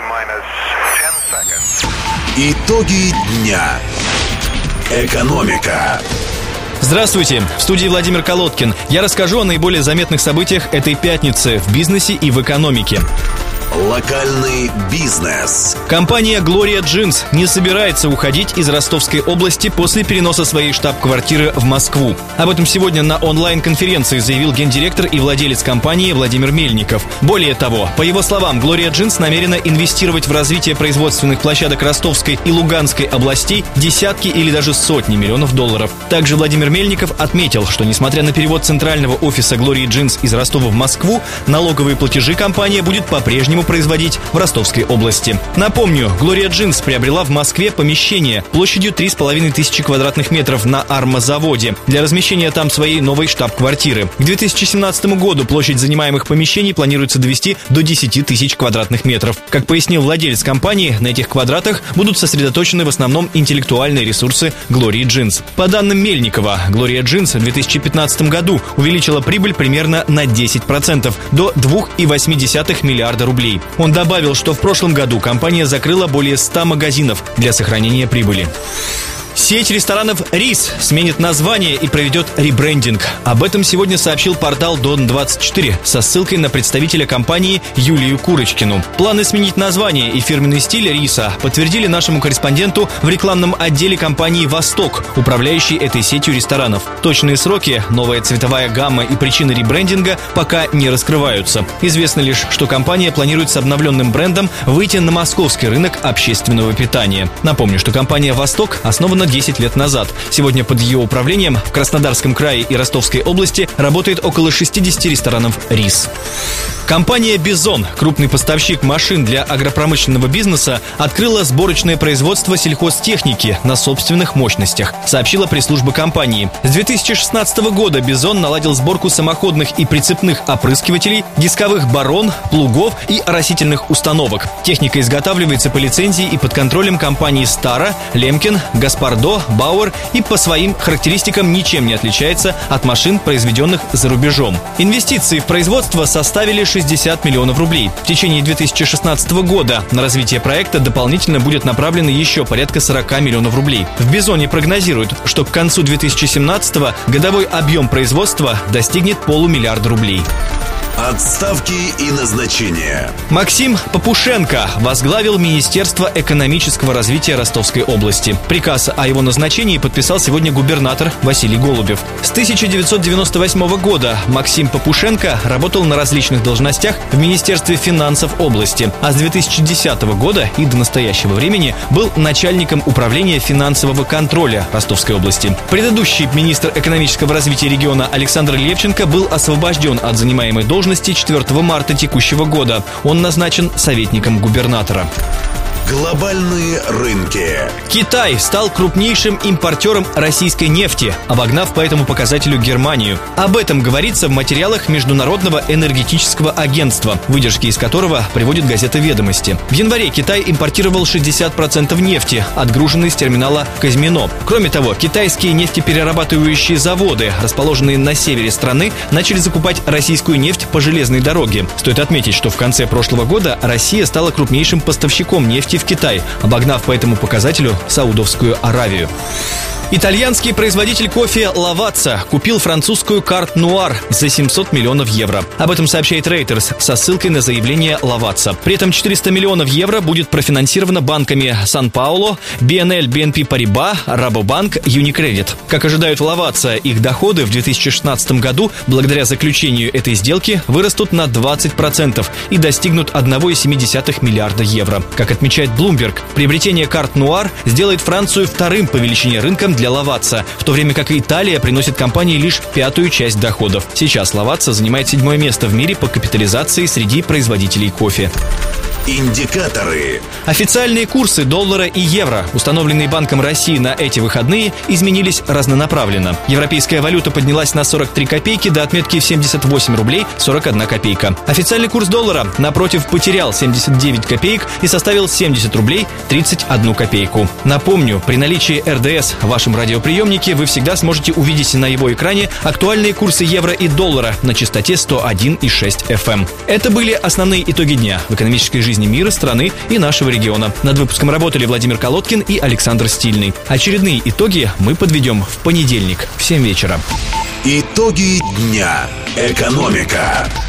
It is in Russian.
Итоги дня. Экономика. Здравствуйте, в студии Владимир Колодкин. Я расскажу о наиболее заметных событиях этой пятницы в бизнесе и в экономике. Локальный бизнес. Компания Gloria Jeans не собирается уходить из Ростовской области после переноса своей штаб-квартиры в Москву. Об этом сегодня на онлайн-конференции заявил гендиректор и владелец компании Владимир Мельников. Более того, по его словам, Gloria Jeans намерена инвестировать в развитие производственных площадок Ростовской и Луганской областей десятки или даже сотни миллионов долларов. Также Владимир Мельников отметил, что несмотря на перевод центрального офиса Gloria Jeans из Ростова в Москву, налоговые платежи компания будет по-прежнему производить в Ростовской области. Напомню, Gloria Jeans приобрела в Москве помещение площадью 3500 квадратных метров на Армозаводе для размещения там своей новой штаб-квартиры. К 2017 году площадь занимаемых помещений планируется довести до 10 тысяч квадратных метров. Как пояснил владелец компании, на этих квадратах будут сосредоточены в основном интеллектуальные ресурсы Gloria Jeans. По данным Мельникова, Gloria Jeans в 2015 году увеличила прибыль примерно на 10% до 2,8 миллиарда рублей. Он добавил, что в прошлом году компания закрыла более 100 магазинов для сохранения прибыли. Сеть ресторанов «Рис» сменит название и проведет ребрендинг. Об этом сегодня сообщил портал Дон24 со ссылкой на представителя компании Юлию Курочкину. Планы сменить название и фирменный стиль «Риса» подтвердили нашему корреспонденту в рекламном отделе компании «Восток», управляющей этой сетью ресторанов. Точные сроки, новая цветовая гамма и причины ребрендинга пока не раскрываются. Известно лишь, что компания планирует с обновленным брендом выйти на московский рынок общественного питания. Напомню, что компания «Восток» основана 10 лет назад. Сегодня под ее управлением в Краснодарском крае и Ростовской области работает около 60 ресторанов «Рис». Компания «Бизон», крупный поставщик машин для агропромышленного бизнеса, открыла сборочное производство сельхозтехники на собственных мощностях, сообщила пресс-служба компании. С 2016 года «Бизон» наладил сборку самоходных и прицепных опрыскивателей, дисковых барон, плугов и оросительных установок. Техника изготавливается по лицензии и под контролем компаний «Стара», «Лемкин», «Гаспардо», «Бауэр» и по своим характеристикам ничем не отличается от машин, произведенных за рубежом. Инвестиции в производство составили 60 миллионов рублей. В течение 2016 года на развитие проекта дополнительно будет направлено еще порядка 40 миллионов рублей. В «Бизоне» прогнозируют, что к концу 2017-го годовой объем производства достигнет 500 миллиарда рублей. Отставки и назначения. Максим Попушенко возглавил Министерство экономического развития Ростовской области. Приказ о его назначении подписал сегодня губернатор Василий Голубев. С 1998 года Максим Попушенко работал на различных должностях в Министерстве финансов области, а с 2010 года и до настоящего времени был начальником управления финансового контроля Ростовской области. Предыдущий министр экономического развития региона Александр Левченко был освобожден от занимаемой должности 4 марта текущего года. Он назначен советником губернатора. Глобальные рынки. Китай стал крупнейшим импортером российской нефти, обогнав по этому показателю Германию. Об этом говорится в материалах Международного энергетического агентства, выдержки из которого приводит газета «Ведомости». В январе Китай импортировал 60% нефти, отгруженной с терминала Казьмино. Кроме того, китайские нефтеперерабатывающие заводы, расположенные на севере страны, начали закупать российскую нефть по железной дороге. Стоит отметить, что в конце прошлого года Россия стала крупнейшим поставщиком нефти в Китай, обогнав по этому показателю Саудовскую Аравию. Итальянский производитель кофе Lavazza купил французскую Carte Noire за 700 миллионов евро. Об этом сообщает Reuters со ссылкой на заявление Lavazza. При этом 400 миллионов евро будет профинансировано банками Сан-Пауло, BNL, BNP Paribas, Rabobank, Unicredit. Как ожидают Lavazza, их доходы в 2016 году благодаря заключению этой сделки вырастут на 20% и достигнут 1,7 миллиарда евро. Как отмечает Bloomberg, приобретение Carte Noire сделает Францию вторым по величине рынком для Lavazza, в то время как Италия приносит компании лишь 1/5 часть доходов. Сейчас Lavazza занимает 7-е место в мире по капитализации среди производителей кофе. Индикаторы. Официальные курсы доллара и евро, установленные Банком России на эти выходные, изменились разнонаправленно. Европейская валюта поднялась на 43 копейки до отметки в 78 рублей 41 копейка. Официальный курс доллара, напротив, потерял 79 копеек и составил 70 рублей 31 копейку. Напомню, при наличии РДС в вашем радиоприемнике вы всегда сможете увидеть на его экране актуальные курсы евро и доллара на частоте 101,6 FM. Это были основные итоги дня в экономической жизни жизни мира, страны и нашего региона. Над выпуском работали Владимир Колодкин и Александр Стильный. Очередные итоги мы подведем в понедельник в 7 вечера. Итоги дня. Экономика.